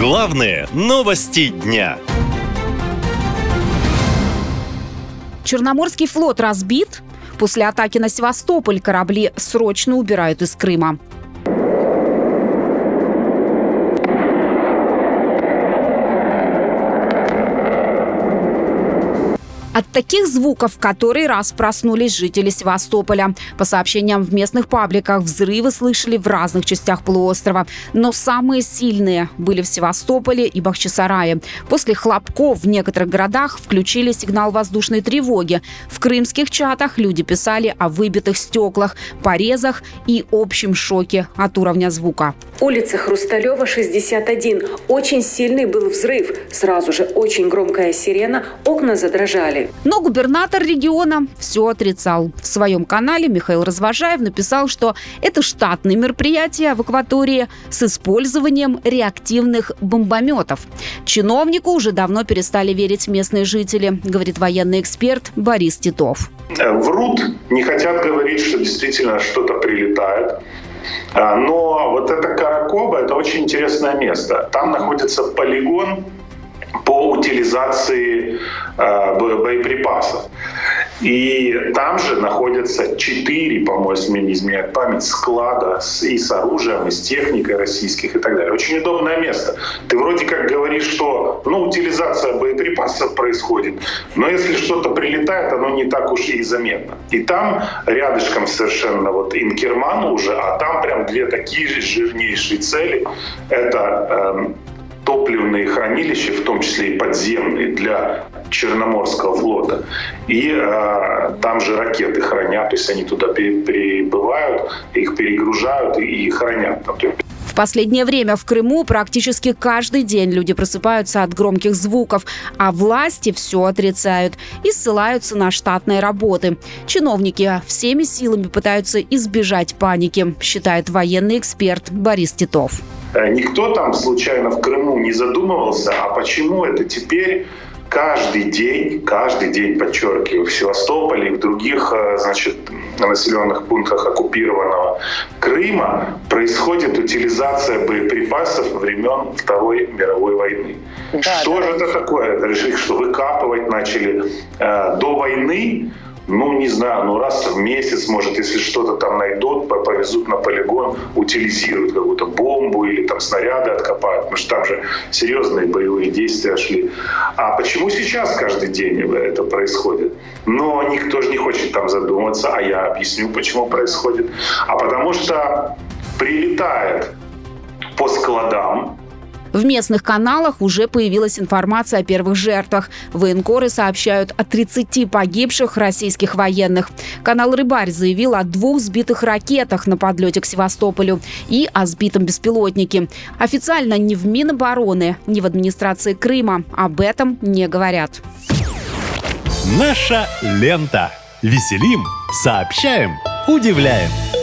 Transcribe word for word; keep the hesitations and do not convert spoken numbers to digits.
Главные новости дня. Черноморский флот разбит. После атаки на Севастополь корабли срочно убирают из Крыма. От таких звуков в который раз проснулись жители Севастополя. По сообщениям в местных пабликах, взрывы слышали в разных частях полуострова. Но самые сильные были в Севастополе и Бахчисарае. После хлопков в некоторых городах включили сигнал воздушной тревоги. В крымских чатах люди писали о выбитых стеклах, порезах и общем шоке от уровня звука. Улица Хрусталева, шестьдесят один. Очень сильный был взрыв. Сразу же очень громкая сирена, окна задрожали. Но губернатор региона все отрицал. В своем канале Михаил Развожаев написал, что это штатные мероприятия в акватории с использованием реактивных бомбометов. Чиновнику уже давно перестали верить местные жители, говорит военный эксперт Борис Титов. Врут, не хотят говорить, что действительно что-то прилетает. Но вот это Каракоба – это очень интересное место. Там находится полигон по утилизации э, боеприпасов. И там же находятся четыре, по-моему, если мне не изменяет память, склада с, и с оружием, и с техникой российских и так далее. Очень удобное место. Ты вроде как говоришь, что ну, утилизация боеприпасов происходит, но если что-то прилетает, оно не так уж и заметно. И там рядышком совершенно вот Инкерман уже, а там прям две такие же жирнейшие цели. Это э, топливные хранилища, в том числе и подземные, для Черноморского флота. И э, там же ракеты хранят, то есть они туда прибывают, их перегружают и, и хранят. В последнее время в Крыму практически каждый день люди просыпаются от громких звуков, а власти все отрицают и ссылаются на штатные работы. Чиновники всеми силами пытаются избежать паники, считает военный эксперт Борис Титов. Никто там случайно в Крыму не задумывался, а почему это теперь каждый день, каждый день, подчеркиваю, в Севастополе и в других, значит, населенных пунктах оккупированного Крыма происходит утилизация боеприпасов времен Второй мировой войны. Да, что да, же это такое? Это решили, что выкапывать начали э, до войны. Ну, не знаю, ну раз в месяц, может, если что-то там найдут, повезут на полигон, утилизируют какую-то бомбу или там снаряды откопают, потому что там же серьезные боевые действия шли. А почему сейчас каждый день это происходит? Но никто же не хочет там задуматься, а я объясню, почему происходит. А потому что прилетает по складам. В местных каналах уже появилась информация о первых жертвах. Военкоры сообщают о тридцати погибших российских военных. Канал «Рыбарь» заявил о двух сбитых ракетах на подлете к Севастополю и о сбитом беспилотнике. Официально ни в Минобороны, ни в администрации Крыма об этом не говорят. Наша лента. Веселим, сообщаем, удивляем.